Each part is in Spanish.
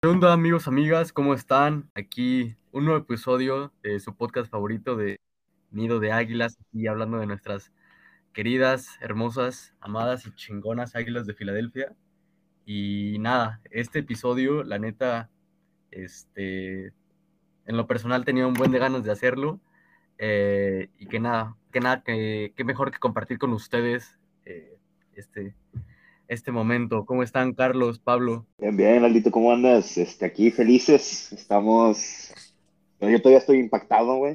¿Qué onda, amigos, amigas? ¿Cómo están? Aquí un nuevo episodio de su podcast favorito de Nido de Águilas, y hablando de nuestras queridas, hermosas, amadas y chingonas Águilas de Filadelfia. Y nada, este episodio, la neta, en lo personal tenía un buen de ganas de hacerlo, y que mejor que compartir con ustedes este, este momento. ¿Cómo están, Carlos, Pablo? Bien, bien, Aldito, ¿cómo andas? Aquí felices, estamos. Yo todavía estoy impactado, güey,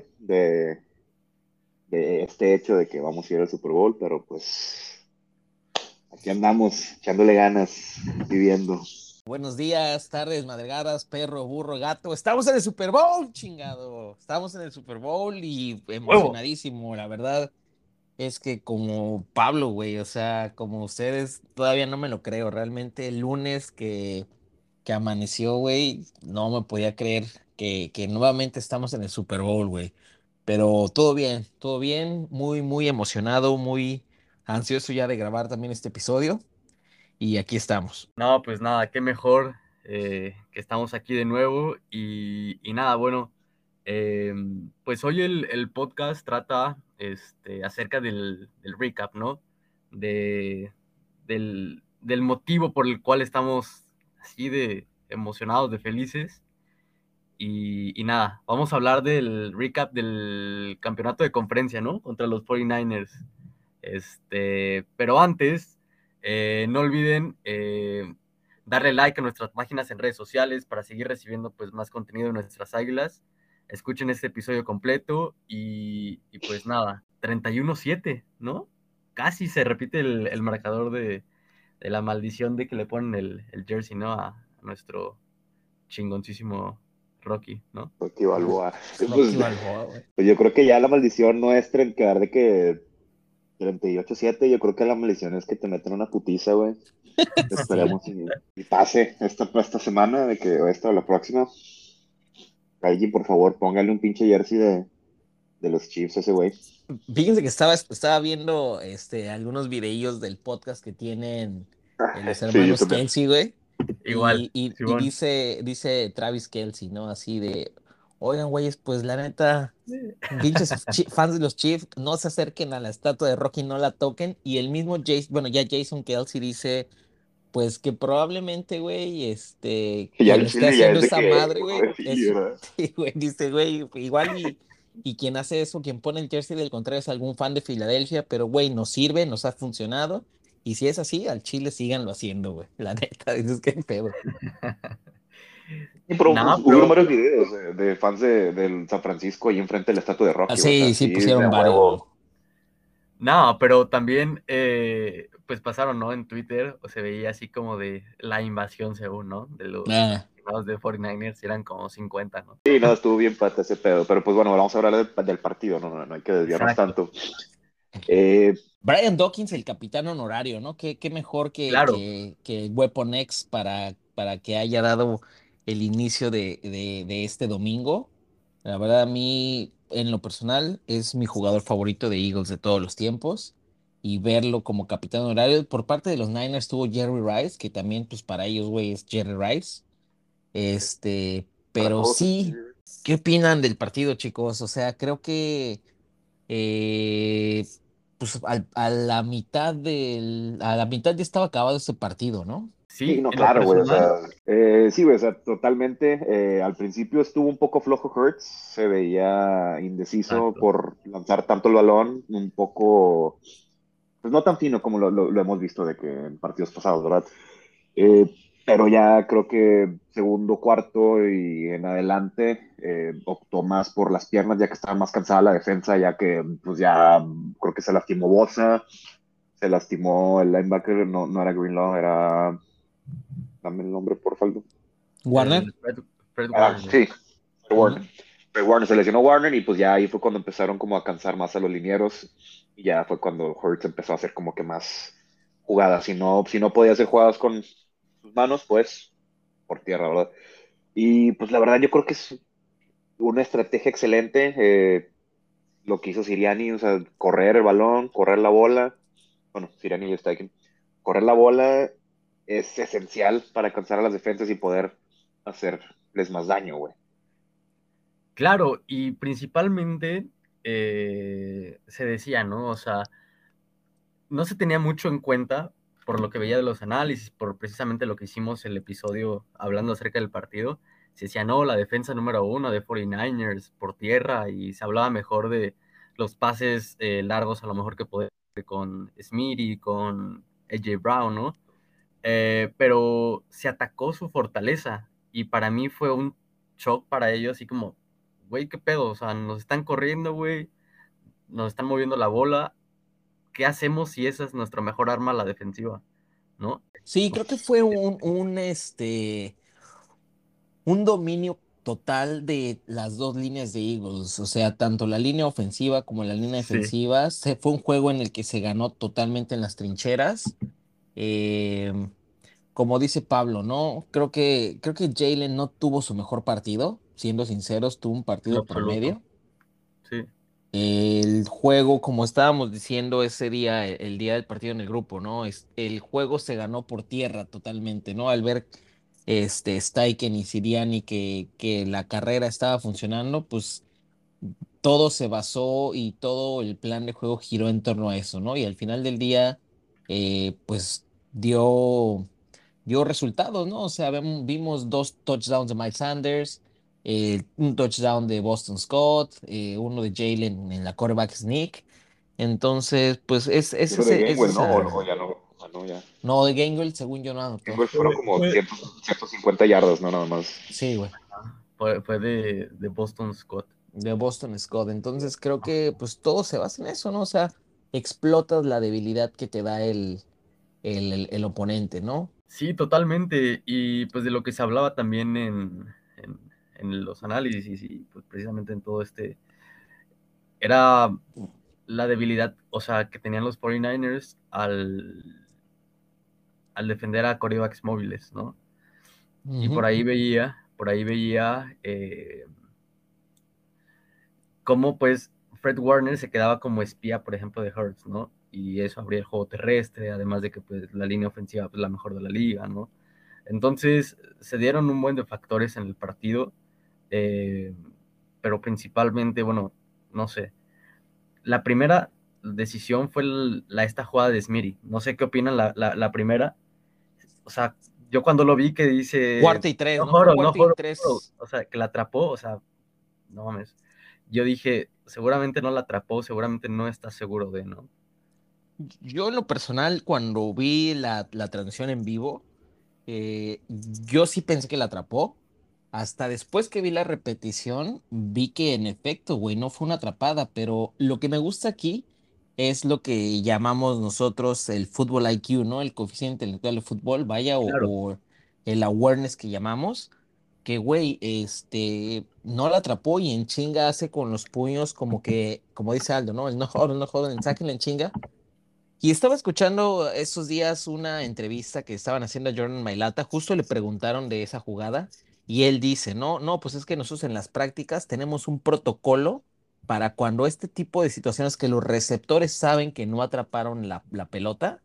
de este hecho de que vamos a ir al Super Bowl, pero pues aquí andamos, echándole ganas, viviendo. Buenos días, tardes, madrugadas, perro, burro, gato. Estamos en el Super Bowl, chingado. Estamos en el Super Bowl y ¡Huevo! emocionadísimo. La verdad es que como Pablo, güey, o sea, como ustedes, todavía no me lo creo. Realmente el lunes que amaneció, güey, no me podía creer que nuevamente estamos en el Super Bowl, güey. Pero todo bien, muy, muy emocionado, muy ansioso ya de grabar también este episodio. Y aquí estamos. No, pues nada, qué mejor que estamos aquí de nuevo y nada, bueno, eh, pues hoy el podcast trata acerca del recap, ¿no? De, del motivo por el cual estamos así de emocionados, de felices. Y nada, vamos a hablar del recap del campeonato de conferencia, ¿no? Contra los 49ers. Pero antes, no olviden darle like a nuestras páginas en redes sociales para seguir recibiendo pues más contenido de nuestras águilas. Escuchen este episodio completo y pues nada, 31-7, ¿no? Casi se repite el marcador de la maldición de que le ponen el jersey, ¿no? A nuestro chingoncísimo Rocky, ¿no? Aquí Balboa. Rocky Pues, Balboa, güey. pues yo creo que ya la maldición no es quedar de que 38-7, yo creo que la maldición es que te meten una putiza, güey. Sí. Esperemos y pase esta semana, de que o esta o la próxima. Alguien, por favor, póngale un pinche jersey de los Chiefs a ese güey. Fíjense que estaba viendo algunos videillos del podcast que tienen los Sí, yo hermanos también. Kelsey, güey. Igual, Y Simón. dice Travis Kelsey, ¿no? Así de, oigan, güeyes, pues la neta, pinches fans de los Chiefs, no se acerquen a la estatua de Rocky, no la toquen. Y el mismo Jason, bueno, ya Jason Kelsey dice, pues que probablemente, güey, Ya el quien esté chile ya haciendo es de esa que, madre, güey, joder, sí, es, ¿verdad? sí, güey, dice, güey, igual y quien hace eso, quien pone el jersey del contrario es algún fan de Filadelfia, pero, güey, nos sirve, nos ha funcionado. Y si es así, al Chile síganlo haciendo, güey. La neta, dices, qué pedo. Sí, pero No, hubieron pero varios videos de fans del San Francisco ahí enfrente de la estatua de Ah, Rocky, o sea, sí, sí, sí, de pusieron a varios, güey. huevo. no, pero también, pues pasaron, ¿no? En Twitter, o se veía así como de la invasión, según, ¿no? De los Ah, aficionados de 49ers, y eran como 50, ¿no? Sí, no, estuvo bien pata ese pedo, pero pues bueno, vamos a hablar del partido, no hay que desviarnos Exacto, tanto. Eh, Brian Dawkins, el capitán honorario, ¿no? Qué mejor claro. que Weapon X para que haya dado el inicio de este domingo. La verdad, a mí, en lo personal, es mi jugador favorito de Eagles de todos los tiempos. Y verlo como capitán honorario. Por parte de los Niners tuvo Jerry Rice, que también, pues para ellos, güey, es Jerry Rice. para Pero todos aquí. sí, ¿qué opinan del partido, chicos? O sea, creo que eh, pues a la mitad ya estaba acabado ese partido, ¿no? Sí, Sí, no, en lo claro, güey, o personal, sea, sí, güey, o sea, totalmente. Al principio estuvo un poco flojo Hurts, se veía indeciso exacto. por lanzar tanto el balón, un poco, pues no tan fino como lo hemos visto de que en partidos pasados, ¿verdad? Eh, pero ya creo que segundo, cuarto y en adelante optó más por las piernas, ya que estaba más cansada la defensa, ya que pues ya creo que se lastimó Bosa, se lastimó el linebacker, no era Greenlaw, era, dame el nombre por falta. Warner. Fred Ah, Warner. sí, Fred Warner. Ujú. Fred Warner se lesionó Warner y pues ya ahí fue cuando empezaron como a cansar más a los linieros y ya fue cuando Hurts empezó a hacer como que más jugadas. Si no podía hacer jugadas con sus manos, pues por tierra, ¿verdad? Y pues la verdad yo creo que es una estrategia excelente lo que hizo Siriani, o sea, correr el balón, correr la bola. Bueno, Siriani y Steichen. Correr la bola es esencial para alcanzar a las defensas y poder hacerles más daño, güey. Claro, y principalmente se decía, ¿no? O sea, no se tenía mucho en cuenta por lo que veía de los análisis, por precisamente lo que hicimos el episodio hablando acerca del partido. Se decía, no, la defensa número uno de 49ers por tierra, y se hablaba mejor de los pases largos, a lo mejor que podía con Smitty, con AJ Brown, ¿no? Pero se atacó su fortaleza, y para mí fue un shock para ellos, así como, güey, ¿qué pedo? O sea, nos están corriendo, güey, nos están moviendo la bola. ¿Qué hacemos si esa es nuestra mejor arma a la defensiva? ¿No? Sí, creo que fue un dominio total de las dos líneas de Eagles, o sea, tanto la línea ofensiva como la línea Sí, defensiva. Fue un juego en el que se ganó totalmente en las trincheras. Eh, Como dice Pablo, ¿no? Creo que Jalen no tuvo su mejor partido, siendo sinceros, tuvo un en lo partido absoluto. promedio. Sí, El juego, como estábamos diciendo ese día, el día del partido en el grupo, ¿no? El juego se ganó por tierra totalmente, ¿no? Al ver Steichen y Sirianni que la carrera estaba funcionando, pues todo se basó y todo el plan de juego giró en torno a eso, ¿no? Y al final del día, pues dio resultados, ¿no? O sea, vimos dos touchdowns de Miles Sanders, un touchdown de Boston Scott, uno de Jalen en la quarterback sneak. Entonces, pues Y lo de es Gainwell, ¿no? O esa. ya no. No, ya. No, de Gainwell, según yo, no anotó. Gainwell fueron como fue, 150 yardas, ¿no? Nada más. Sí, güey, fue de Boston Scott. de Boston Scott. Entonces, creo que pues todo se basa en eso, ¿no? O sea, explotas la debilidad que te da el oponente, ¿no? Sí, totalmente. Y pues de lo que se hablaba también en los análisis y pues precisamente en todo era la debilidad, o sea, que tenían los 49ers al defender a corebacks móviles, ¿no? Y Ujú. por ahí veía cómo pues Fred Warner se quedaba como espía, por ejemplo, de Hurts, ¿no? Y eso abría el juego terrestre, además de que pues la línea ofensiva pues la mejor de la liga, ¿no? Entonces se dieron un buen de factores en el partido, eh, pero principalmente, bueno, no sé, la primera decisión fue esta jugada de Smitty. No sé qué opinan la primera. O sea, yo cuando lo vi que dice, Cuarta y tres, no ¿no? Fue joro, no cuarta y joro, no joro", tres. o sea, que la atrapó, o sea, no mames. Yo dije, seguramente no la atrapó, seguramente no está seguro de, ¿no? Yo en lo personal, cuando vi la transmisión en vivo, yo sí pensé que la atrapó. Hasta después que vi la repetición, vi que en efecto, güey, no fue una atrapada, pero lo que me gusta aquí es lo que llamamos nosotros el fútbol IQ, ¿no? El coeficiente intelectual de fútbol, vaya, Claro, o el awareness que llamamos, que, güey, no la atrapó y en chinga hace con los puños como que, como dice Aldo, ¿no? El no jodan, no jodan, sáquenla en chinga. Y estaba escuchando esos días una entrevista que estaban haciendo a Jordan Mailata, justo le preguntaron de esa jugada y él dice, no, no, pues es que nosotros en las prácticas tenemos un protocolo para cuando este tipo de situaciones que los receptores saben que no atraparon la pelota,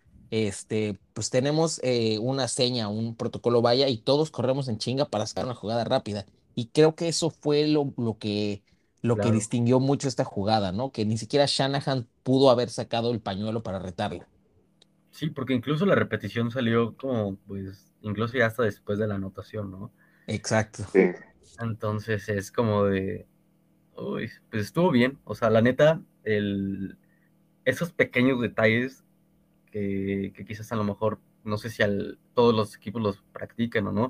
pues tenemos una seña, un protocolo vaya y todos corremos en chinga para sacar una jugada rápida. Y creo que eso fue lo que claro. distinguió mucho esta jugada, ¿no? Que ni siquiera Shanahan pudo haber sacado el pañuelo para retarla. Sí, porque incluso la repetición salió como, pues, incluso ya hasta después de la anotación, ¿no? Exacto. Sí. Entonces es como de, uy, pues estuvo bien. O sea, la neta, esos pequeños detalles que quizás a lo mejor, no sé si todos los equipos los practiquen o no,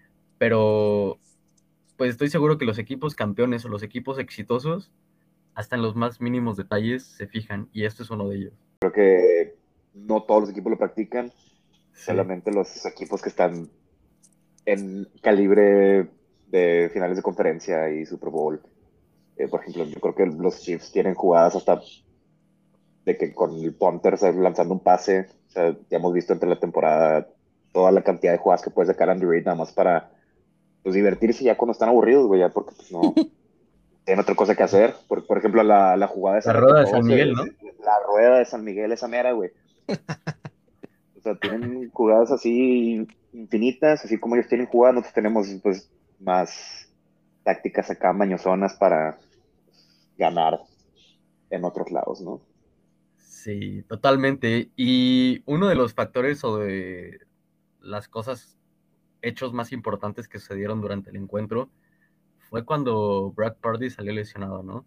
pero pues estoy seguro que los equipos campeones o los equipos exitosos, hasta en los más mínimos detalles se fijan, y esto es uno de ellos. Creo que no todos los equipos lo practican, Sí, solamente los equipos que están en calibre de finales de conferencia y Super Bowl. Por ejemplo, yo creo que los Chiefs tienen jugadas hasta de que con el punter lanzando un pase, o sea, ya hemos visto entre la temporada toda la cantidad de jugadas que puede sacar Andy Reid nada más para pues, divertirse ya cuando están aburridos, güey, ya porque pues, no tienen otra cosa que hacer. Por ejemplo, la jugada esa la en la que rueda de San todos, Miguel, ¿no? la rueda de San Miguel, esa mera, güey. O sea, tienen jugadas así infinitas, así como ellos tienen jugada, nosotros tenemos pues más tácticas acá mañosonas para ganar en otros lados, ¿no? Sí, totalmente. Y uno de los factores o de las cosas, hechos más importantes que sucedieron durante el encuentro fue cuando Brad Purdy salió lesionado, ¿no?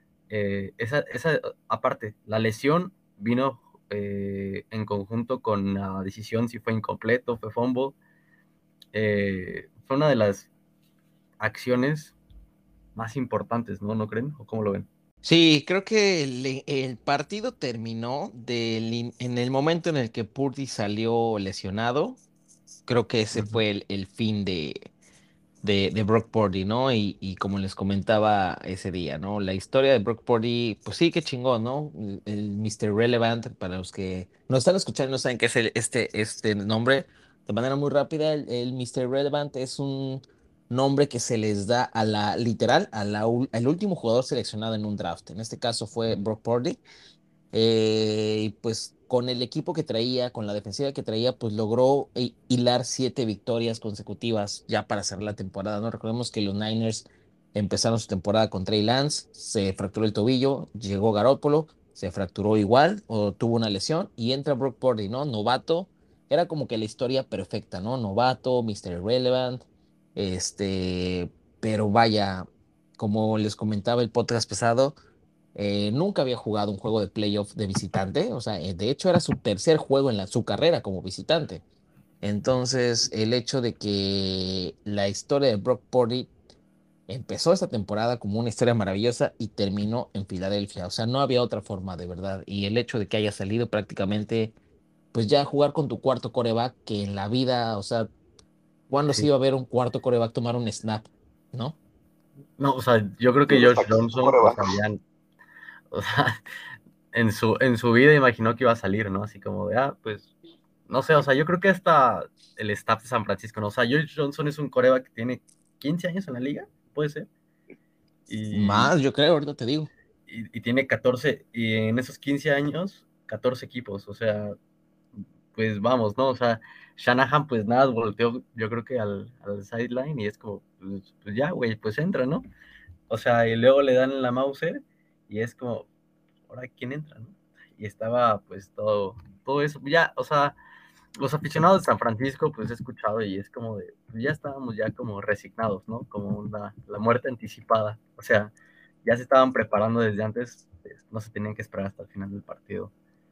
Aparte, la lesión vino en conjunto con la decisión si fue incompleto, fue fumble. Fue una de las acciones más importantes, ¿no? ¿No creen? ¿O cómo lo ven? Sí, creo que el partido terminó en el momento en el que Purdy salió lesionado. Creo que ese Ujú. fue el fin de Brock Purdy, ¿no? Y como les comentaba ese día, ¿no? La historia de Brock Purdy, pues sí, qué chingón, ¿no? El Mr. Relevant, para los que nos están escuchando y no saben qué es este nombre, de manera muy rápida, el Mr. Relevant es un nombre que se les da literal, al último jugador seleccionado en un draft. En este caso fue Brock Purdy. Y pues con el equipo que traía, con la defensiva que traía, pues logró hilar 7 victorias consecutivas ya para cerrar la temporada, ¿no? Recordemos que los Niners empezaron su temporada con Trey Lance, se fracturó el tobillo, llegó Garoppolo, se fracturó igual o tuvo una lesión y entra Brock Purdy, ¿no? Novato, era como que la historia perfecta, ¿no? Novato, Mr. Irrelevant, pero vaya, como les comentaba el podcast pasado, nunca había jugado un juego de playoff de visitante, o sea, de hecho era su tercer juego en su carrera como visitante. Entonces, el hecho de que la historia de Brock Purdy empezó esta temporada como una historia maravillosa y terminó en Filadelfia, o sea, no había otra forma de verdad. Y el hecho de que haya salido prácticamente, pues ya jugar con tu cuarto coreback, que en la vida, o sea, ¿cuándo se Sí. iba a ver un cuarto coreback tomar un snap? ¿No? No, o sea, yo creo Y que él Josh está quinto Johnson lo coreback. sabían, o sea, en su vida imaginó que iba a salir, ¿no? Así como de, pues, no sé, o sea, yo creo que hasta el staff de San Francisco, ¿no? O sea, Josh Johnson es un coreback que tiene 15 años en la liga, puede ser, y, Más, yo creo, ahorita te digo. y tiene 14 y en esos 15 años, 14 equipos, o sea, pues vamos, ¿no? O sea, Shanahan pues nada, volteó yo creo que al sideline y es como, pues ya, güey, pues entra, ¿no? O sea, y luego le dan la Mauser y es como, ahora quién entra, ¿no? Y estaba pues todo eso, ya, o sea, los aficionados de San Francisco pues he escuchado y es como de, pues, ya estábamos ya como resignados, ¿no? Como la muerte anticipada, o sea, ya se estaban preparando desde antes, pues, no se tenían que esperar hasta el final del partido.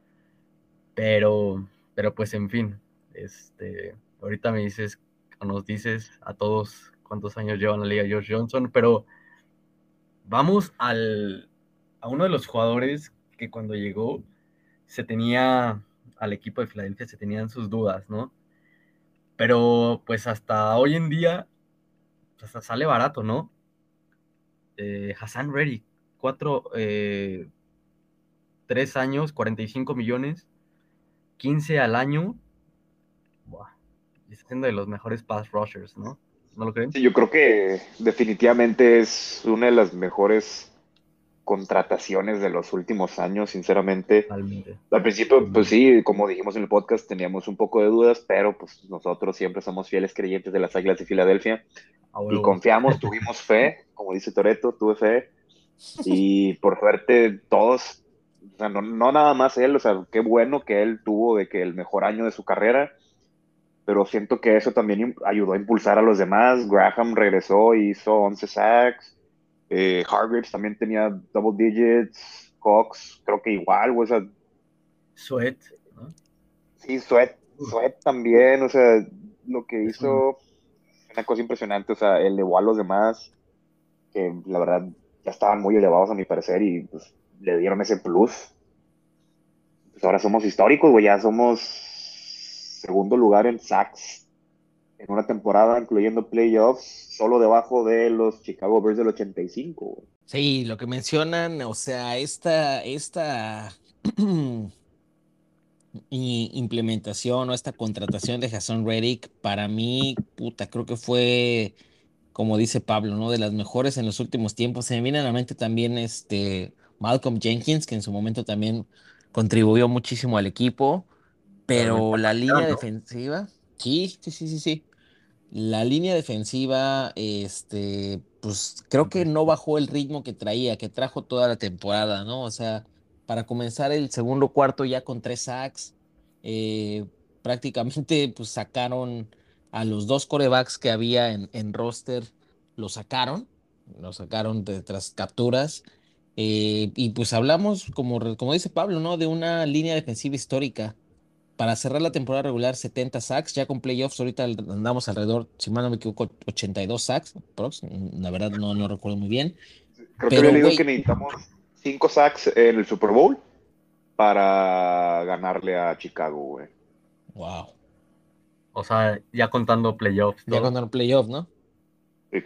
Pero pues en fin, ahorita me dices, o nos dices a todos cuántos años lleva en la liga Josh Johnson, pero vamos a uno de los jugadores que cuando llegó se tenía al equipo de Filadelfia, se tenían sus dudas, ¿no? Pero pues hasta hoy en día, pues, hasta sale barato, ¿no? Hassan Reddick, 3 años, 45 millones, 15 al año, buah, y está siendo de los mejores pass rushers, ¿no? ¿No lo creen? Sí, yo creo que definitivamente es una de las mejores contrataciones de los últimos años, sinceramente. Totalmente. Al principio, pues Totalmente. sí, como dijimos en el podcast, teníamos un poco de dudas, pero pues nosotros siempre somos fieles creyentes de las Águilas de Filadelfia A y huevo. confiamos, tuvimos fe, como dice Toretto, tuve fe y por suerte todos, o sea, no nada más él, o sea, qué bueno que él tuvo de que el mejor año de su carrera, pero siento que eso también ayudó a impulsar a los demás. Graham regresó y hizo 11 sacks. Hargreaves también tenía double digits. Cox, creo que igual, o sea, Sweat, ¿no? sí, Uf, Sweat también, o sea, lo que es un, hizo, una cosa impresionante, o sea, elevó a los demás, que la verdad ya estaban muy elevados a mi parecer y pues le dieron ese plus. Pues ahora somos históricos, güey, ya somos segundo lugar en sacks en una temporada, incluyendo playoffs, solo debajo de los Chicago Bears del 85. Sí, lo que mencionan, o sea, esta implementación o esta contratación de Jason Reddick, para mí, puta, creo que fue, como dice Pablo, ¿no? De las mejores en los últimos tiempos. Se me viene a la mente también Malcolm Jenkins, que en su momento también contribuyó muchísimo al equipo, pero totalmente. la línea Capitán, ¿no? defensiva. Sí. La línea defensiva, pues creo que no bajó el ritmo que trajo toda la temporada, ¿no? O sea, para comenzar el segundo cuarto ya con 3 sacks, eh, prácticamente pues sacaron a los dos corebacks que había en roster, lo sacaron de tras capturas. Y pues hablamos, como dice Pablo, ¿no? De una línea defensiva histórica para cerrar la temporada regular, 70 sacks, ya con playoffs ahorita andamos alrededor, si mal no me equivoco, 82 sacks, la verdad no recuerdo muy bien, Creo que había pero leído que güey, necesitamos 5 sacks en el Super Bowl para ganarle a Chicago, güey. wow, O sea, ya contando playoffs, ya todo. con el playoff, ¿no? Sí.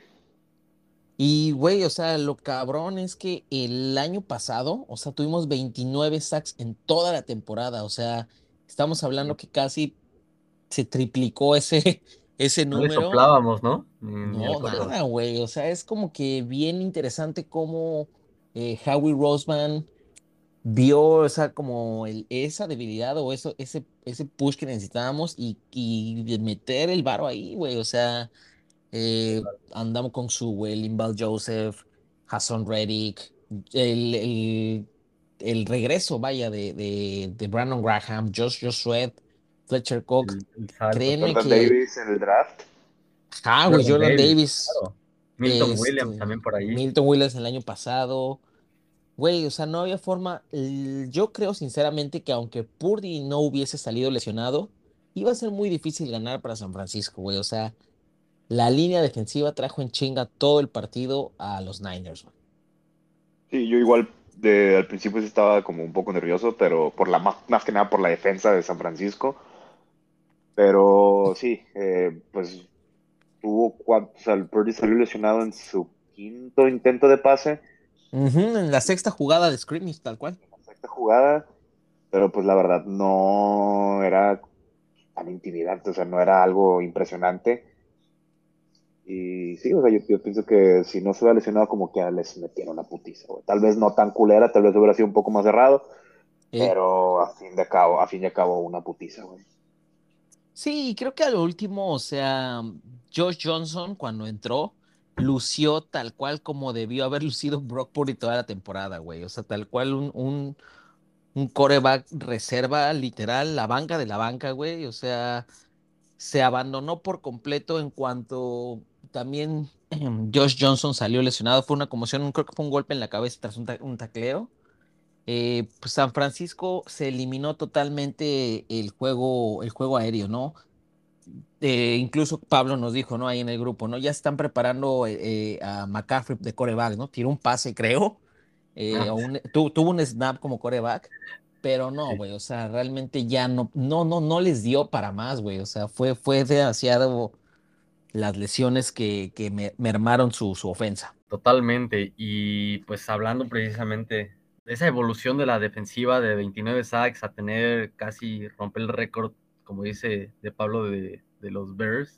Y güey, o sea, lo cabrón es que el año pasado, o sea, tuvimos 29 sacks en toda la temporada, o sea, estamos hablando que casi se triplicó ese No le número. soplábamos, ¿no? Ni al No, quarterback. nada, güey. O sea, es como que bien interesante cómo Howie Roseman vio, o sea, como esa debilidad o ese push que necesitábamos y de meter el varo ahí, güey. O sea, andamos con su, güey, Linval Joseph, Hassan Reddick, el, el, el regreso, vaya, de Brandon Graham, Josh Sweat, Fletcher Cox. El salto. Créeme Jordan que, Davis en el draft. güey, Jordan Jordan Davis, Davis. claro. Milton Williams también por ahí. Milton Williams el año pasado. Güey, o sea, no había forma. Yo creo sinceramente que aunque Purdy no hubiese salido lesionado, iba a ser muy difícil ganar para San Francisco, güey. O sea, la línea defensiva trajo en chinga todo el partido a los Niners, güey. Sí, yo igual al principio sí estaba como un poco nervioso, pero más que nada por la defensa de San Francisco. Pero sí, pues o sea, el Purdy salió lesionado en su quinto intento de pase, Ujú, en la sexta jugada de scrimmage, tal cual. en la sexta jugada, pero pues la verdad no era tan intimidante, o sea, no era algo impresionante. Y sí, o sea, yo pienso que si no se hubiera lesionado, como que les metieron una putiza, güey. Tal vez no tan culera, tal vez hubiera sido un poco más cerrado, Eh, pero a fin y a cabo, una putiza, güey. sí, creo que a lo último, o sea, Josh Johnson cuando entró, lució tal cual como debió haber lucido Brock Purdy toda la temporada, güey. O sea, tal cual un quarterback reserva, literal, la banca de la banca, güey. O sea, se abandonó por completo en cuanto también Josh Johnson salió lesionado. Fue una conmoción, creo que fue un golpe en la cabeza tras un tacleo. Pues San Francisco se eliminó totalmente el juego aéreo, ¿no? Incluso Pablo nos dijo, ¿no? Ahí en el grupo, ¿no? Ya están preparando a McCaffrey de coreback, ¿no? Tiró un pase, creo. Ah, Tuvo un snap como coreback, pero no, sí, güey. O sea, realmente ya no les dio para más, güey. O sea, fue demasiado las lesiones que mermaron su ofensa. totalmente. Y pues hablando precisamente de esa evolución de la defensiva de 29 sacks a tener casi romper el récord, como dice de Pablo de los Bears,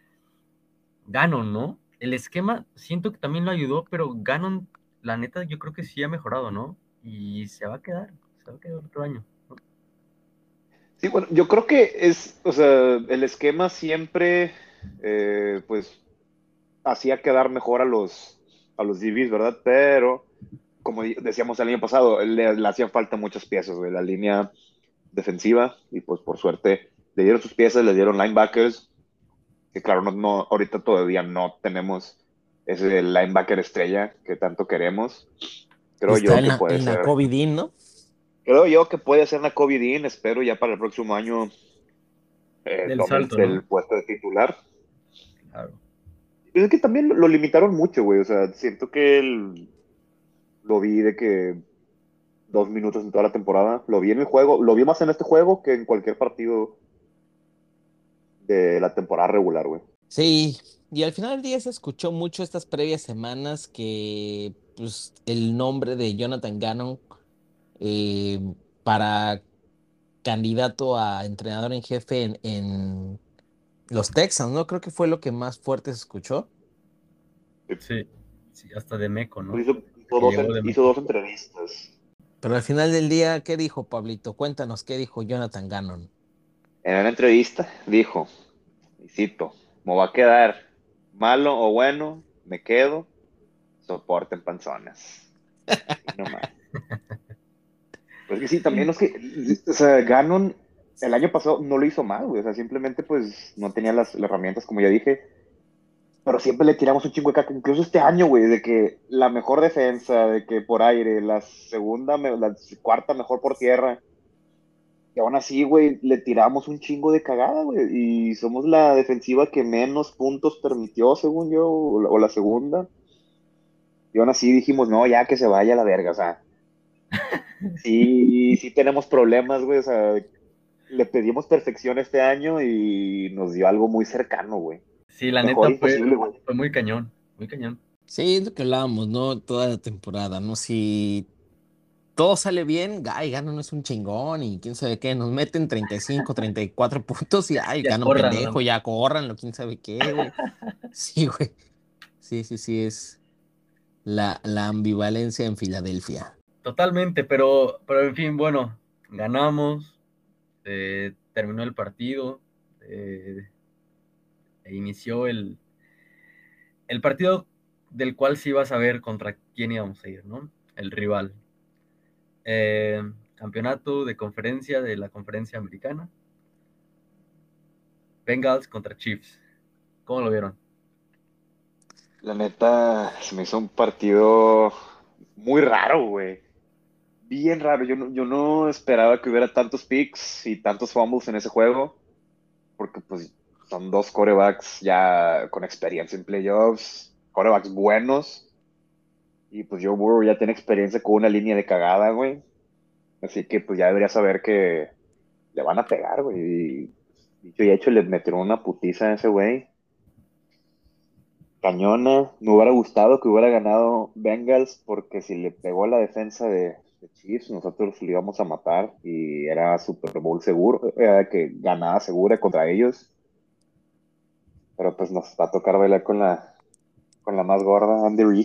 Gannon, ¿no? El esquema siento que también lo ayudó, pero Gannon, la neta, yo creo que sí ha mejorado, ¿no? Y se va a quedar otro año, ¿no? Sí, bueno, yo creo que o sea, el esquema siempre, pues, hacía quedar mejor a los DBs, ¿verdad? Pero, como decíamos el año pasado, le hacían falta muchas piezas, güey, la línea defensiva, y pues por suerte le dieron sus piezas, le dieron linebackers, que claro, ahorita todavía no tenemos ese linebacker estrella que tanto queremos. Y Creo está yo que puede en la ser, COVID, ¿no? creo yo que puede ser una Kobe Dean, espero ya para el próximo año Del tome salto, el ¿no? puesto de titular. Claro. Es que también lo limitaron mucho, güey. O sea, siento que lo vi de que 2 minutos en toda la temporada. Lo vi en el juego, lo vi más en este juego que en cualquier partido de la temporada regular, güey. Sí, y al final del día se escuchó mucho estas previas semanas que pues, el nombre de Jonathan Gannon eh, para candidato a entrenador en jefe en los Texans, ¿no? Creo que fue lo que más fuerte se escuchó. Sí, sí, hasta de Meco, Pues ¿no? hizo Que dos, llegó de hizo Meco. dos entrevistas. Pero al final del día, ¿qué dijo Pablito? Cuéntanos qué dijo Jonathan Gannon. En una entrevista dijo, cito, me va a quedar malo o bueno, me quedo, soporten panzones. Y no más. Pues que sí, también es que, o sea, Ganon el año pasado no lo hizo mal, güey. O sea, simplemente pues no tenía las herramientas, como ya dije. Pero siempre le tiramos un chingo de caca, incluso este año, güey, de que la mejor defensa, de que por aire, la cuarta mejor por tierra. Y aún así, güey, le tiramos un chingo de cagada, güey. Y somos la defensiva que menos puntos permitió, según yo, o la segunda. Y aún así dijimos, no, ya que se vaya a la verga, o sea. Sí, sí tenemos problemas, güey, o sea, le pedimos perfección este año y nos dio algo muy cercano, güey. Sí, la Mejor neta imposible, güey. fue muy cañón, muy cañón. Sí, es lo que hablábamos, ¿no? Toda la temporada, ¿no? Si todo sale bien, ay, Gano no es un chingón y quién sabe qué, nos meten 35, 34 puntos y ay, Ya Gano pendejo, córranlo. ya córranlo, quién sabe qué, güey. Sí, güey. Sí, sí, sí, es la ambivalencia en Filadelfia. Totalmente, pero en fin, bueno, ganamos, terminó el partido, eh, e inició el partido del cual sí iba a saber contra quién íbamos a ir, ¿no? El rival. Eh, Campeonato de conferencia de la conferencia americana. Bengals contra Chiefs. ¿Cómo lo vieron? La neta, se me hizo un partido muy raro, güey. Bien raro. Yo no esperaba que hubiera tantos picks y tantos fumbles en ese juego, porque pues son dos corebacks ya con experiencia en playoffs, corebacks buenos, y pues Joe Burrow ya tiene experiencia con una línea de cagada, güey. Así que pues ya debería saber que le van a pegar, güey. Y dicho y hecho, le metieron una putiza a ese güey. Cañona. Me hubiera gustado que hubiera ganado Bengals porque si le pegó a la defensa de Chiefs, nosotros lo íbamos a matar y era Super Bowl seguro, era que ganaba segura contra ellos. Pero pues nos va a tocar bailar con la más gorda, Andy Reid.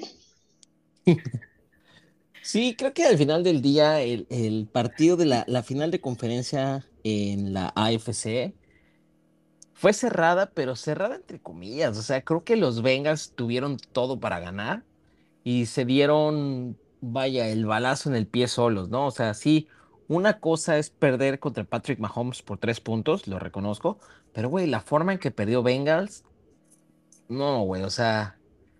Sí, creo que al final del día el partido de la final de conferencia en la AFC fue cerrada, pero cerrada entre comillas. O sea, creo que los Bengals tuvieron todo para ganar y se dieron, vaya, el balazo en el pie solos, ¿no? O sea, sí, una cosa es perder contra Patrick Mahomes por 3 puntos, lo reconozco, pero güey, la forma en que perdió Bengals, no, güey, o sea,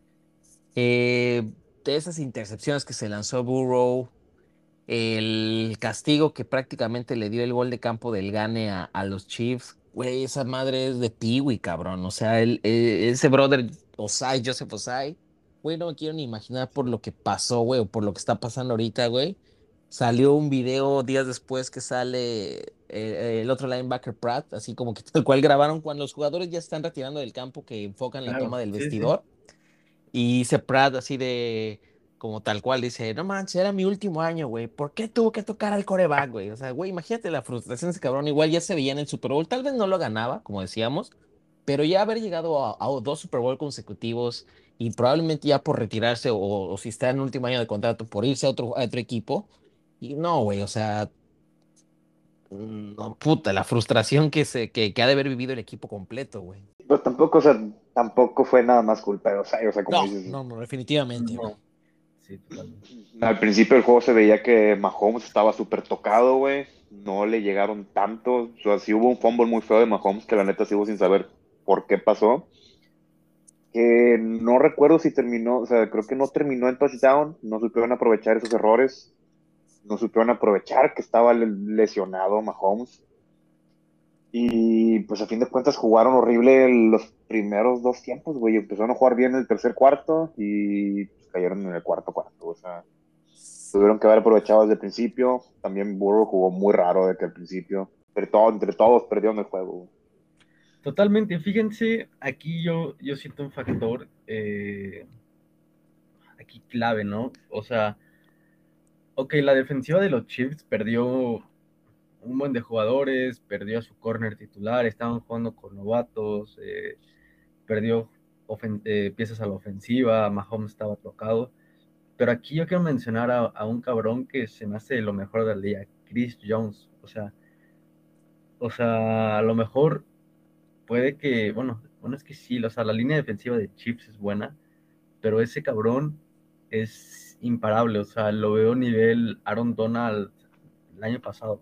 de esas intercepciones que se lanzó Burrow, el castigo que prácticamente le dio el gol de campo del Gane a los Chiefs, güey, esa madre es de Peewee, cabrón. O sea, ese brother Osai, Joseph Osai, güey, no me quiero ni imaginar por lo que pasó, güey, o por lo que está pasando ahorita, güey. Salió un video días después que sale el otro linebacker Pratt, así como que tal cual grabaron cuando los jugadores ya están retirando del campo, que enfocan la toma Claro, del sí, sí. vestidor. Y dice Pratt así de, como tal cual, dice, no manches, era mi último año, güey. ¿Por qué tuvo que tocar al coreback, güey? O sea, güey, imagínate la frustración de ese cabrón. Igual ya se veía en el Super Bowl. Tal vez no lo ganaba, como decíamos, pero ya haber llegado a dos Super Bowl consecutivos y probablemente ya por retirarse o si está en el último año de contrato, por irse a otro equipo. Y no, güey, o sea, no, puta, la frustración que ha de haber vivido el equipo completo, güey. Pero tampoco, o sea, tampoco fue nada más culpa de Osai, o sea, como No, dices, no, no, definitivamente, güey. No. Sí, totalmente. al principio del juego se veía que Mahomes estaba súper tocado, güey. No le llegaron tanto. O sea, sí hubo un fumble muy feo de Mahomes que la neta sigo sin saber por qué pasó. Que no recuerdo si terminó, o sea, creo que no terminó en touchdown. No supieron aprovechar esos errores. No supieron aprovechar que estaba lesionado Mahomes. Y pues a fin de cuentas jugaron horrible los primeros dos tiempos, güey. Empezaron a jugar bien el tercer cuarto y pues, cayeron en el cuarto cuarto. O sea, tuvieron que haber aprovechado desde el principio. También Burrow jugó muy raro desde el principio. Entre todos perdieron el juego. Totalmente. Fíjense, aquí yo siento un factor aquí clave, ¿no? O sea, ok, la defensiva de los Chiefs perdió un buen de jugadores, perdió a su corner titular, estaban jugando con novatos, perdió piezas a la ofensiva, Mahomes estaba tocado. Pero aquí yo quiero mencionar a un cabrón que se me hace lo mejor del día, Chris Jones. O sea, a lo mejor puede que, bueno, es que sí, o sea, la línea defensiva de Chiefs es buena, pero ese cabrón es imparable, o sea, lo veo nivel Aaron Donald el año pasado.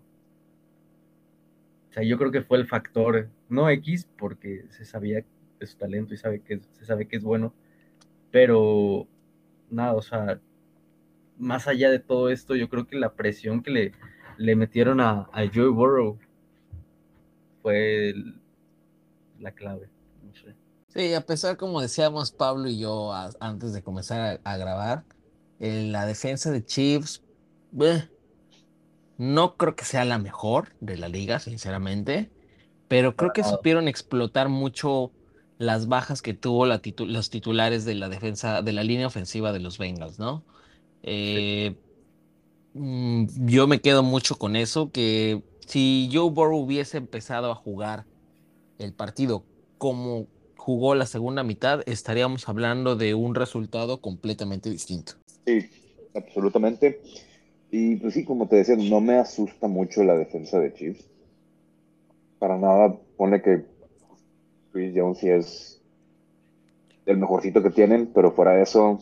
O sea, yo creo que fue el factor, no X, porque se sabía de su talento y se sabe que es bueno, pero nada, o sea, más allá de todo esto, yo creo que la presión que le metieron a Joe Burrow fue la clave, no sé. Sí, a pesar, como decíamos Pablo y yo antes de comenzar a grabar, la defensa de Chiefs, eh, no creo que sea la mejor de la liga, sinceramente, pero creo Para que nada. supieron explotar mucho las bajas que tuvo los titulares de la defensa, de la línea ofensiva de los Bengals, ¿no? Sí. Eh, yo me quedo mucho con eso, que si Joe Burrow hubiese empezado a jugar el partido como jugó la segunda mitad, estaríamos hablando de un resultado completamente distinto. Sí, absolutamente. Y pues sí, como te decía, no me asusta mucho la defensa de Chiefs. Para nada, pone que Chris Jones sí es el mejorcito que tienen, pero fuera de eso,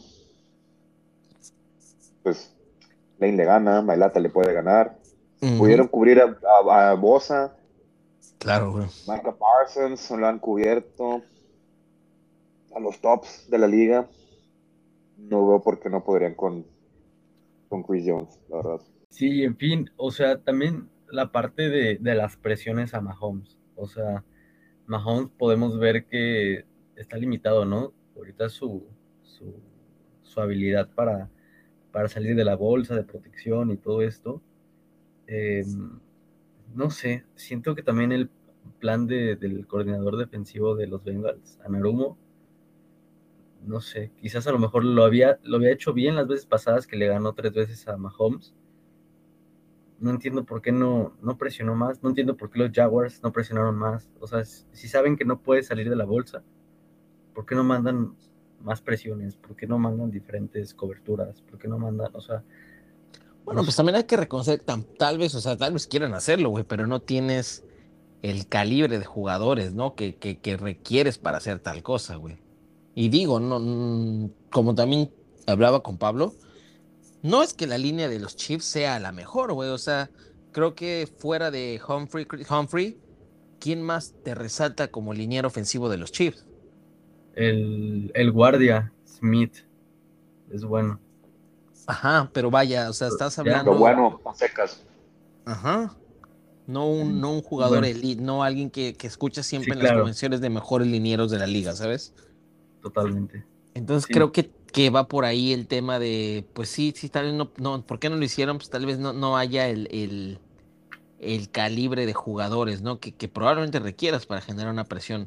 pues Lane le gana, Mailata le puede ganar. Ujú. Pudieron cubrir a Bosa, Claro, güey. Micah Parsons, lo han cubierto, a los tops de la liga. No veo por qué no podrían con Chris Jones, la verdad. Sí, en fin, o sea, también la parte de las presiones a Mahomes. O sea, Mahomes podemos ver que está limitado, ¿no? Ahorita su, su habilidad para salir de la bolsa de protección y todo esto. Eh, no sé, siento que también el plan del coordinador defensivo de los Bengals, Anarumo, no sé, quizás a lo mejor lo había hecho bien las veces pasadas que le ganó 3 veces a Mahomes. No entiendo por qué no presionó más, no entiendo por qué los Jaguars no presionaron más. O sea, si saben que no puede salir de la bolsa, ¿por qué no mandan más presiones? ¿Por qué no mandan diferentes coberturas? ¿Por qué no mandan, o sea, no Bueno, pues sé? también hay que reconocer, tal vez, o sea, tal vez quieran hacerlo, güey, pero no tienes el calibre de jugadores, ¿no? Que requieres para hacer tal cosa, güey. Y digo, no, como también hablaba con Pablo, no es que la línea de los Chiefs sea la mejor, güey. O sea, creo que fuera de Humphrey, ¿quién más te resalta como liniero ofensivo de los Chiefs? El guardia, Smith, es bueno. Ajá, pero vaya, o sea, estás Ya, Pero hablando, bueno, a secas. ajá, no un jugador bueno, elite, no alguien que escucha siempre sí, en las claro, convenciones de mejores linieros de la liga, ¿sabes? totalmente. Entonces Sí, creo que va por ahí el tema de, pues sí, sí, tal vez no, ¿por qué no lo hicieron? Pues tal vez no haya el calibre de jugadores, ¿no? Que probablemente requieras para generar una presión,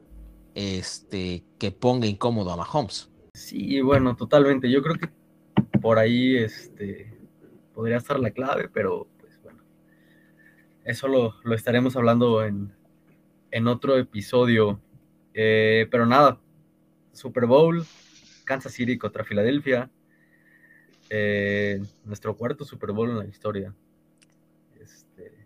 que ponga incómodo a Mahomes. sí, bueno, totalmente. Yo creo que por ahí, podría estar la clave, pero pues bueno, eso lo estaremos hablando en otro episodio. Pero nada, Super Bowl, Kansas City contra Filadelfia, nuestro cuarto Super Bowl en la historia. Este,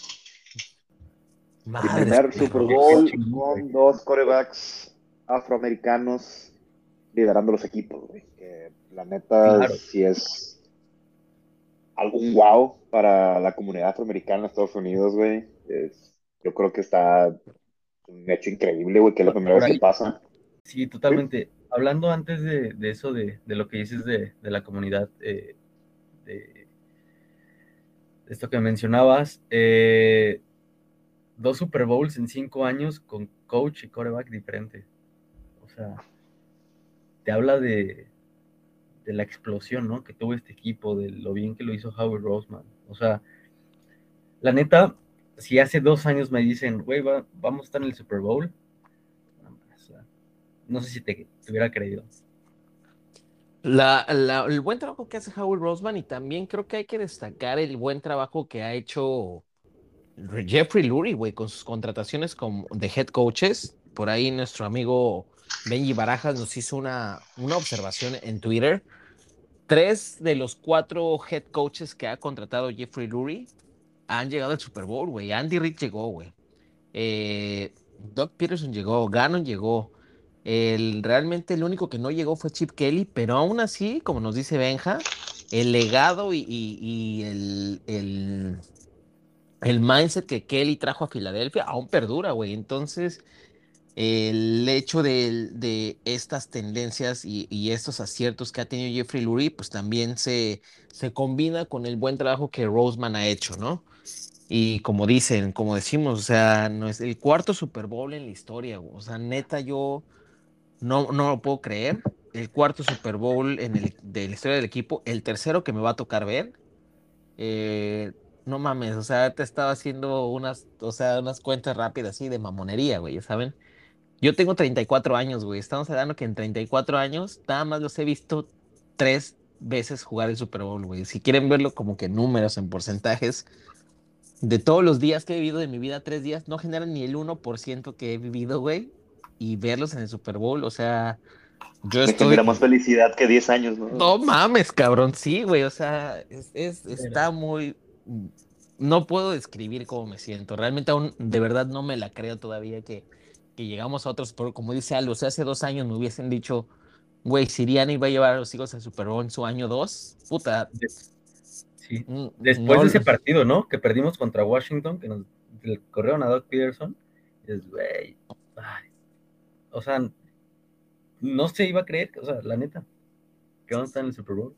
El Madres, primer güey. Super qué Bowl chingón, güey. con dos quarterbacks afroamericanos liderando los equipos, güey. Que la neta Claro, sí es algún wow para la comunidad afroamericana en Estados Unidos, güey. Yo creo que está un hecho increíble, güey, que es la primera por vez que ahí, pasa. sí, Sí, totalmente. Hablando antes de eso, de lo que dices de la comunidad, de esto que mencionabas, 2 Super Bowls en 5 años con coach y quarterback diferente. O sea, te habla de la explosión, ¿no? Que tuvo este equipo, de lo bien que lo hizo Howie Roseman. O sea, la neta, si hace 2 años me dicen, güey, vamos a estar en el Super Bowl, o sea, no sé si te hubiera creído. El buen trabajo que hace Howard Roseman, y también creo que hay que destacar el buen trabajo que ha hecho Jeffrey Lurie, güey, con sus contrataciones de head coaches. Por ahí nuestro amigo Benji Barajas nos hizo una observación en Twitter. Tres de los cuatro head coaches que ha contratado Jeffrey Lurie han llegado al Super Bowl, güey. Andy Reid llegó, güey. Doug Peterson llegó, Gannon llegó. Realmente el único que no llegó fue Chip Kelly, pero aún así, como nos dice Benja, el legado y el mindset que Kelly trajo a Filadelfia aún perdura, güey. Entonces, el hecho de estas tendencias y estos aciertos que ha tenido Jeffrey Lurie, pues también se combina con el buen trabajo que Roseman ha hecho, ¿no? Y como dicen, como decimos, o sea, no es el cuarto Super Bowl en la historia, güey. O sea, neta, yo no lo puedo creer. El cuarto Super Bowl de la historia del equipo, el tercero que me va a tocar ver. Eh, no mames, o sea, te estaba haciendo o sea, unas cuentas rápidas así de mamonería, güey, ¿saben? Yo tengo 34 años, güey. Estamos hablando que en 34 años nada más los he visto 3 veces jugar el Super Bowl, güey. Si quieren verlo como que en números, en porcentajes, de todos los días que he vivido de mi vida, 3 días, no generan ni el 1% que he vivido, güey. Y verlos en el Super Bowl, o sea, yo Me genera más estoy... felicidad que 10 años, ¿no? No mames, cabrón, sí, güey, o sea, Pero, está muy... No puedo describir cómo me siento. Realmente aún de verdad no me la creo todavía que llegamos a otros, pero como dice Aldo, o sea, hace 2 años me hubiesen dicho, güey, Sirianni va a llevar a los Eagles al Super Bowl en su año 2. Puta, de- sí. Después no, de ese partido, ¿no? Que perdimos contra Washington, que nos le corrieron a Doug Peterson, es, güey, o sea, no se iba a creer, o sea, la neta, que vamos a estar en el Super Bowl.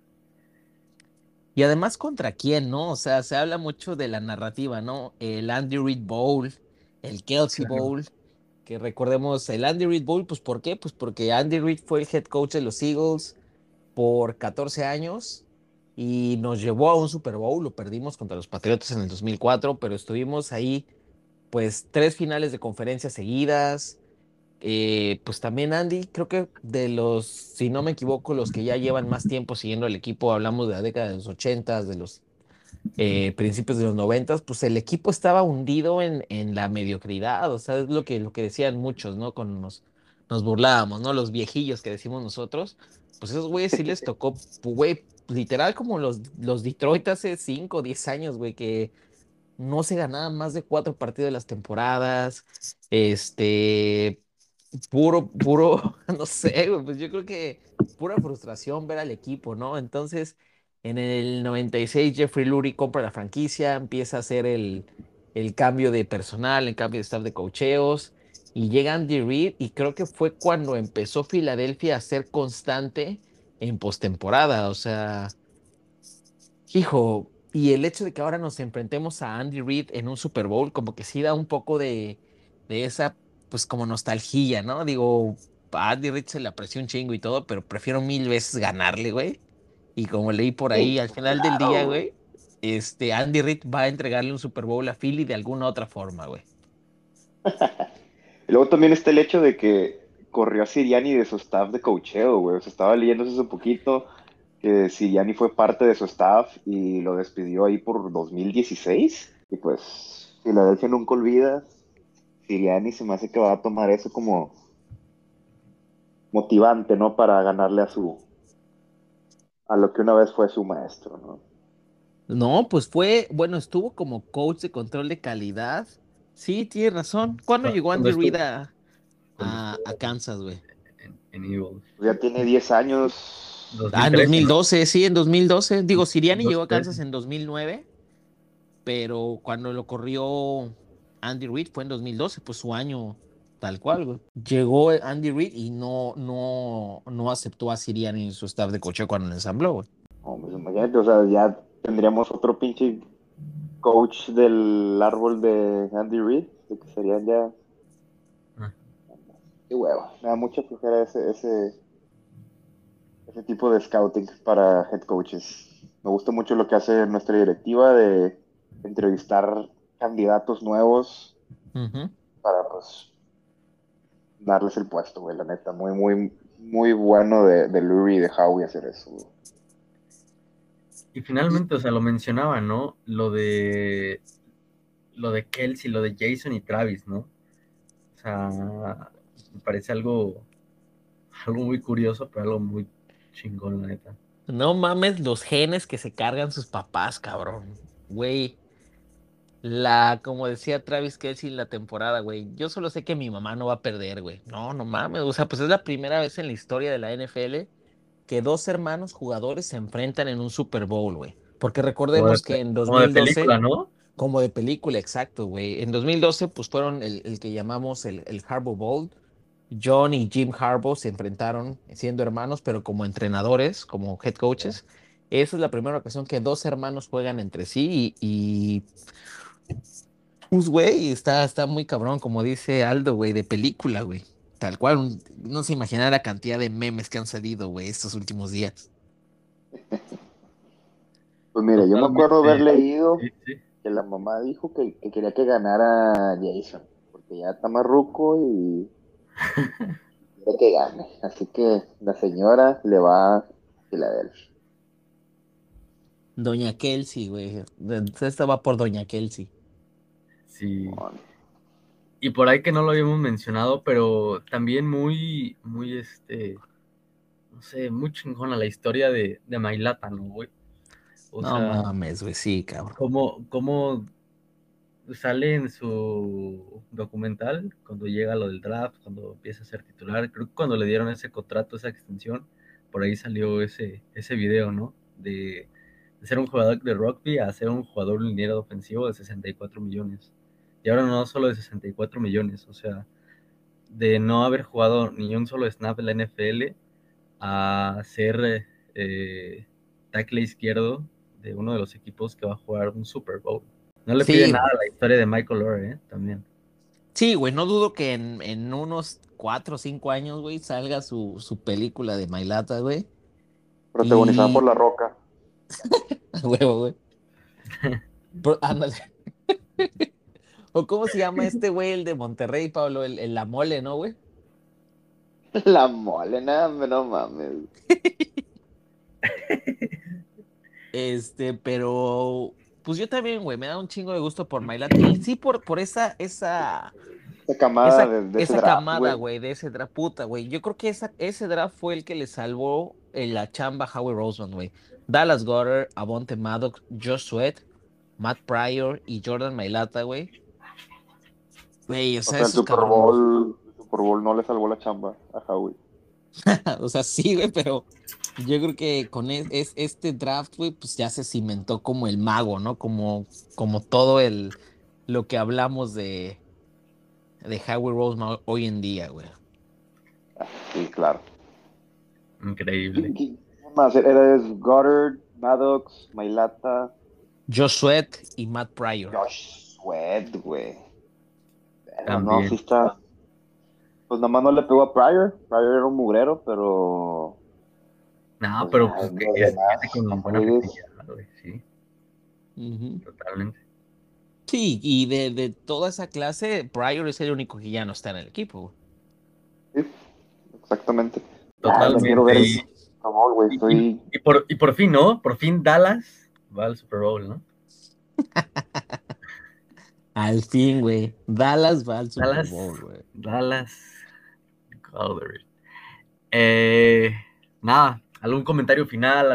y además contra quién, ¿no? O sea, se habla mucho de la narrativa, ¿no? El Andy Reid Bowl, el Kelsey Claro. Bowl, que recordemos el Andy Reid Bowl, pues ¿por qué? Pues porque Andy Reid fue el head coach de los Eagles por 14 años y nos llevó a un Super Bowl, lo perdimos contra los Patriotas en el 2004, pero estuvimos ahí pues 3 finales de conferencia seguidas. Pues también Andy, creo que de los, si no me equivoco, los que ya llevan más tiempo siguiendo el equipo, hablamos de la década de los 80, de los principios de los 90, pues el equipo estaba hundido en la mediocridad, o sea, es lo que decían muchos, ¿no? Cuando nos burlábamos, ¿no? Los viejillos que decimos nosotros, pues esos güeyes sí les tocó, güey, literal como los Detroit hace 5 o 10 años, güey, que no se ganaban más de 4 partidos de las temporadas, este, puro, no sé, güey, pues yo creo que pura frustración ver al equipo, ¿no? Entonces, en el 96 Jeffrey Lurie compra la franquicia, empieza a hacer el cambio de personal, el cambio de staff de cocheos, y llega Andy Reid, y creo que fue cuando empezó Filadelfia a ser constante en postemporada, o sea, hijo, y el hecho de que ahora nos enfrentemos a Andy Reid en un Super Bowl, como que sí da un poco de esa, pues como nostalgia, ¿no? Digo, a Andy Reid se le apreció un chingo y todo, pero prefiero 1000 veces ganarle, güey. Y como leí por ahí, Sí, al final del día, claro, güey. güey, Andy Reid va a entregarle un Super Bowl a Philly de alguna otra forma, güey. Y luego también está el hecho de que corrió a Sirianni de su staff de coacheo, güey. O sea, estaba leyendo hace poquito que Sirianni fue parte de su staff y lo despidió ahí por 2016. Y pues, Filadelfia nunca olvida. Sirianni se me hace que va a tomar eso como motivante, ¿no? Para ganarle a lo que una vez fue su maestro, ¿no? No, pues fue, bueno, estuvo como coach de control de calidad. Sí, tienes razón. ¿Cuándo llegó Cuando Andy Reid estuvo, a, cuando a, estuvo a Kansas, güey? en Eagles. Pues ya tiene 10 años. En 2013, ¿no? 2012, sí, en 2012. Digo, Sirianni llegó a 2013. Kansas en 2009, pero cuando lo corrió Andy Reid fue en 2012, pues su año tal cual, güey. Llegó Andy Reid y no aceptó a Sirianni en su staff de cocheo cuando lo ensambló, güey. No, pues imagínate, o sea, ya tendríamos otro pinche coach del árbol de Andy Reid, de que serían ya. Ah, Qué huevo. Me da mucha flojera ese tipo de scouting para head coaches. Me gusta mucho lo que hace nuestra directiva de entrevistar candidatos nuevos Ujú. para, pues, darles el puesto, güey, la neta. Muy, muy, muy bueno de Lurie y de Howie hacer eso, güey. y Y, finalmente, o sea, lo mencionaba, ¿no? Lo de Kelsey, lo de Jason y Travis, ¿no? O sea, me parece algo muy curioso, pero algo muy chingón, la neta. no mames los genes que se cargan sus papás, cabrón. Güey, Como decía Travis Kelce en la temporada, güey, yo solo sé que mi mamá no va a perder, güey. No, no mames, o sea, pues es la primera vez en la historia de la NFL que dos hermanos jugadores se enfrentan en un Super Bowl, güey. Porque recordemos que en Como de 2012, película, ¿no? como de película, exacto, güey. En 2012, pues fueron el que llamamos el Harbaugh Bowl. John y Jim Harbaugh se enfrentaron siendo hermanos, pero como entrenadores, como head coaches. Esa es la primera ocasión que dos hermanos juegan entre sí y pues, güey, está muy cabrón, como dice Aldo, güey, de película, güey. Tal cual, no se imagina la cantidad de memes que han salido, güey, estos últimos días. Pues mira, yo me acuerdo haber Totalmente. leído Sí, sí. que la mamá dijo que quería que ganara Jason, porque ya está más ruco y quiere que gane. Así que la señora le va a Filadelfia. Doña Kelsey, güey. Esta va por Doña Kelsey. Sí. Bueno, Y por ahí que no lo habíamos mencionado, pero también muy, muy, no sé, muy chingona la historia de Mailata, ¿no, güey? O No sea, mames, güey, sí, cabrón. cómo sale en su documental, cuando llega lo del draft, cuando empieza a ser titular, creo que cuando le dieron ese contrato, esa extensión, por ahí salió ese video, ¿no? De ser un jugador de rugby a ser un jugador liniero ofensivo de 64 millones. Y ahora no solo de 64 millones, o sea, de no haber jugado ni un solo snap en la NFL a ser tackle izquierdo de uno de los equipos que va a jugar un Super Bowl. No le pide Sí, nada güey. a la historia de Michael Orr, También. Sí, güey, no dudo que en unos 4 o 5 años, güey, salga su película de Mailata, güey. protagonizada por Y, La Roca. a huevo, güey. Ándale. ¿O cómo se llama este güey, el de Monterrey, Pablo? La mole, ¿no, güey? La mole, nada, no mames. Pero, pues yo también, güey, me da un chingo de gusto por Mailata. Y sí, por Esa camada esa, de ese esa draft, camada, güey. güey, de ese draft, puta, güey. Yo creo que ese draft fue el que le salvó la chamba a Howie Roseman, güey. Dallas Goedert, Avonte Maddox, Josh Sweat, Matt Pryor y Jordan Mailata, güey. Güey, o O sea, sea, esos cabrones. El Super Bowl no le salvó la chamba a Howie. O sea, sí, güey, pero yo creo que con este draft, güey, pues ya se cimentó como el mago, ¿no? Como todo lo que hablamos de Howie Roseman hoy en día, güey. Sí, claro. Increíble. ¿Quién más? Era Goddard, Maddox, Mailata, Josh Sweat y Matt Pryor. Josh Sweat, güey. Pero no, sí También. está. Pues nada más no le pegó a Pryor. Pryor era un mugrero, pero No, pues pero ya, pues los que gente demás, con buena güeyes. efectividad, güey, sí, Ujú. totalmente. Sí, y de toda esa clase, Pryor es el único que ya no está en el equipo, güey. Sí, exactamente. Ya quiero ver Totalmente. el Super Bowl, güey. Estoy. Y por fin, ¿no? Por fin Dallas va al Super Bowl, ¿no? Al fin, güey. Dallas va al Super Dallas, Bowl, güey. Dallas Cowboys. Eh, nada, algún comentario final,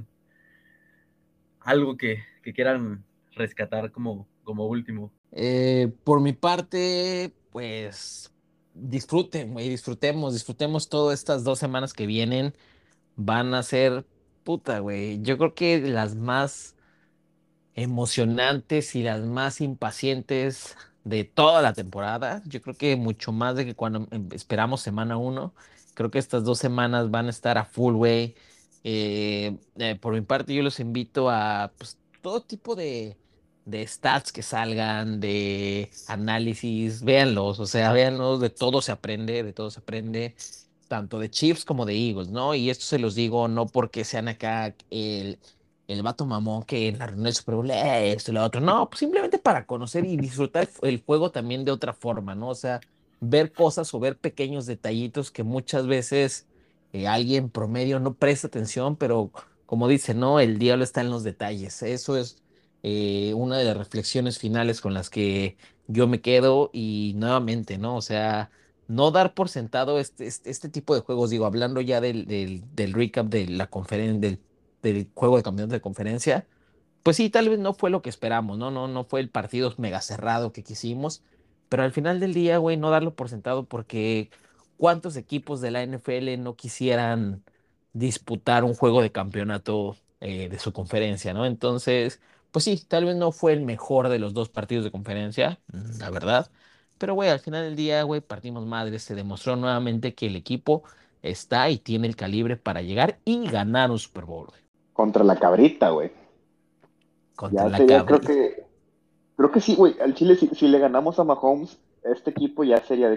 algo que quieran rescatar como último. Por mi parte, pues disfruten, güey, disfrutemos todas estas 2 semanas que vienen. Van a ser, puta, güey. Yo creo que las más emocionantes y las más impacientes de toda la temporada. Yo creo que mucho más de que cuando esperamos semana 1. Creo que estas 2 semanas van a estar a full, güey. Por mi parte, yo los invito a pues, todo tipo de stats que salgan, de análisis, véanlos, o sea, véanlos, de todo se aprende, tanto de Chiefs como de Eagles, ¿no? Y esto se los digo no porque sean acá el vato mamón que en la reunión del Super Bowl, esto y lo otro. No, pues simplemente para conocer y disfrutar el juego también de otra forma, ¿no? O sea, ver cosas o ver pequeños detallitos que muchas veces alguien promedio no presta atención, pero como dice, ¿no? El diablo está en los detalles. Eso es una de las reflexiones finales con las que yo me quedo y nuevamente, ¿no? O sea, no dar por sentado este tipo de juegos, digo, hablando ya del recap de la conferencia, del juego de campeonatos de conferencia, pues sí, tal vez no fue lo que esperamos, ¿no? No fue el partido mega cerrado que quisimos, pero al final del día, güey, no darlo por sentado porque ¿cuántos equipos de la NFL no quisieran disputar un juego de campeonato de su conferencia, ¿no? Entonces, pues sí, tal vez no fue el mejor de los dos partidos de conferencia, la verdad, pero güey, al final del día, güey, partimos madres, se demostró nuevamente que el equipo está y tiene el calibre para llegar y ganar un Super Bowl, güey, Contra la cabrita, güey. contra Ya la sería, Cabri. creo que sí, güey. Al Chile, si le ganamos a Mahomes, este equipo ya sería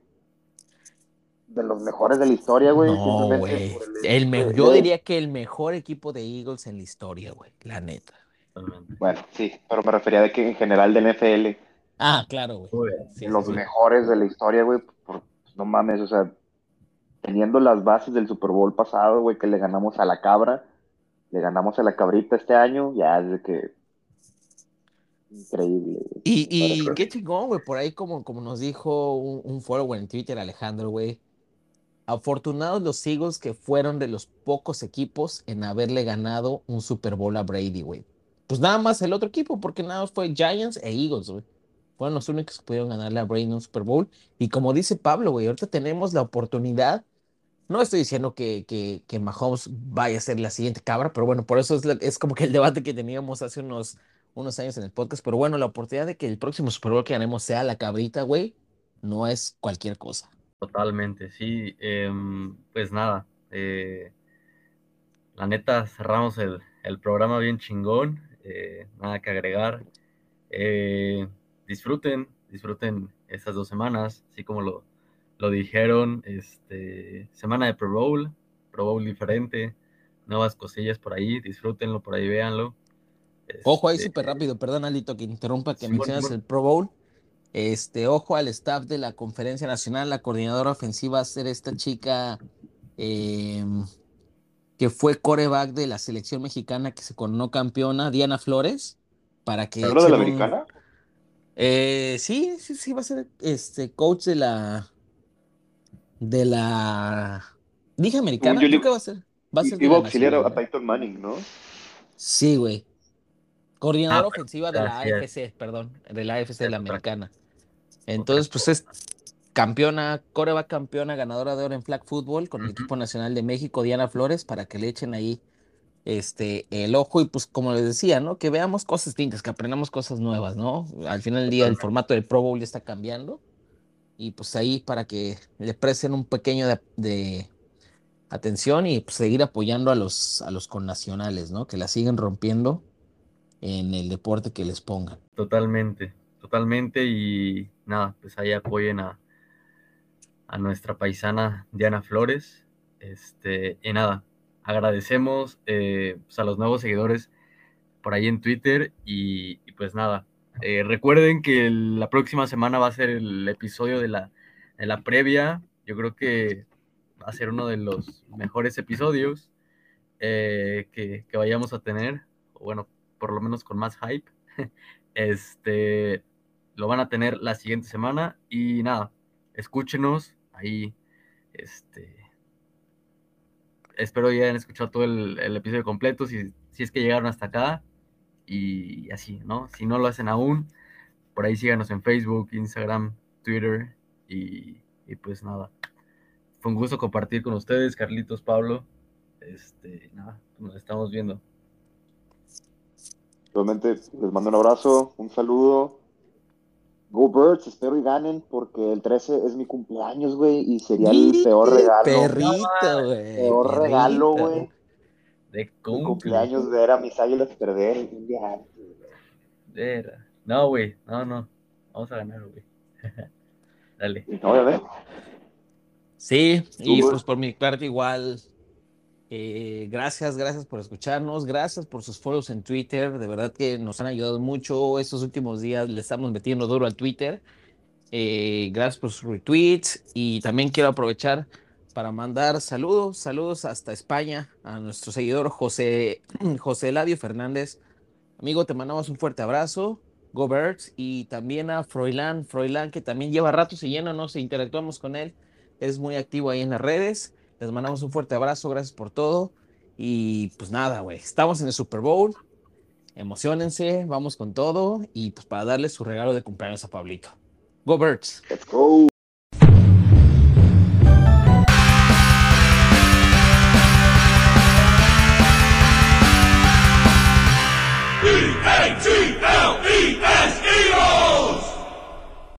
de los mejores de la historia, güey. No, Simplemente güey. por el hecho Yo diría que el mejor equipo de Eagles en la historia, güey. La neta. Totalmente. bueno, sí, pero me refería de que en general del NFL, Ah, claro, güey. Uy, de Sí, sí, los sí. mejores de la historia, güey. No mames, o sea, teniendo las bases del Super Bowl pasado, güey, que le ganamos a la cabra, le ganamos a la cabrita este año, ya es de que increíble, güey. Y, Para y mí. qué chingón, güey. Por ahí, como nos dijo un follower en Twitter, Alejandro, güey. Afortunados los Eagles que fueron de los pocos equipos en haberle ganado un Super Bowl a Brady, güey. Pues nada más el otro equipo, porque nada más fue Giants e Eagles, güey. Fueron los únicos que pudieron ganarle a Brady en un Super Bowl. Y como dice Pablo, güey, ahorita tenemos la oportunidad. No estoy diciendo que Mahomes vaya a ser la siguiente cabra, pero bueno, por eso es como que el debate que teníamos hace unos años en el podcast. Pero bueno, la oportunidad de que el próximo Super Bowl que ganemos sea la cabrita, güey, no es cualquier cosa. totalmente, sí. Pues nada, la neta cerramos el programa bien chingón, nada que agregar. Eh, disfruten estas 2 semanas, así como lo dijeron, semana de Pro Bowl diferente, nuevas cosillas por ahí, disfrútenlo, por ahí véanlo. Ojo ahí Este, súper rápido, perdón Alito que interrumpa que Simón, mencionas Simón, el Pro Bowl. Ojo al staff de la Conferencia Nacional, la coordinadora ofensiva va a ser esta chica eh, que fue coreback de la selección mexicana que se coronó campeona, Diana Flores, para que ¿Seguro de la echen un. americana? Sí, sí, sí, va a ser coach de la Liga Según Americana, yo, creo que va a ser de iba a la auxiliar a Nacional, ¿eh? Peyton Manning, ¿no? Sí, güey. Coordinadora pero ofensiva de la así es, AFC, perdón, de la AFC de la es Americana. otra Entonces, pues cosa. es campeona, coreback campeona, ganadora de oro en flag football con el Ujú, equipo nacional de México, Diana Flores, para que le echen ahí el ojo y pues como les decía, ¿no? Que veamos cosas distintas, que aprendamos cosas nuevas, ¿no? Al final del día el totalmente. formato del Pro Bowl ya está cambiando y pues ahí para que le presten un pequeño de atención y pues, seguir apoyando a los connacionales, ¿no? Que la siguen rompiendo en el deporte que les pongan. Totalmente, totalmente. Y nada, pues ahí apoyen a nuestra paisana Diana Flores. Y nada, agradecemos pues, a los nuevos seguidores por ahí en Twitter. Y pues nada, recuerden que la próxima semana va a ser el episodio de la previa. Yo creo que va a ser uno de los mejores episodios que vayamos a tener, o bueno, por lo menos con más hype. Este, lo van a tener la siguiente semana y nada, escúchenos ahí. Este, espero ya hayan escuchado todo el episodio completo, si es que llegaron hasta acá y así, ¿no? Si no lo hacen aún, por ahí síganos en Facebook, Instagram, Twitter y pues nada. Fue un gusto compartir con ustedes, Carlitos, Pablo. Nada, nos estamos viendo. Realmente les mando un abrazo, un saludo. Go Birds, espero y ganen porque el 13 es mi cumpleaños, güey, y sería el ¡Y, No, perrito, güey! peor regalo, Perrito. güey, de de cumple. cumpleaños ver a mis águilas perder un día antes. No, güey, no. Vamos a ganar, güey. Dale. Y no, obviamente, Sí, y tú, pues por mi parte igual, gracias por escucharnos, gracias por sus follows en Twitter, de verdad que nos han ayudado mucho estos últimos días, le estamos metiendo duro al Twitter. Gracias por sus retweets y también quiero aprovechar para mandar saludos hasta España a nuestro seguidor José, José Eladio Fernández. Amigo, te mandamos un fuerte abrazo, Go Birds, y también a Froilán que también lleva rato siguiéndonos e interactuamos con él, es muy activo ahí en las redes. Les mandamos un fuerte abrazo, gracias por todo y pues nada, güey, estamos en el Super Bowl. Emociónense, vamos con todo y pues para darle su regalo de cumpleaños a Pablito. Go Birds. Let's go.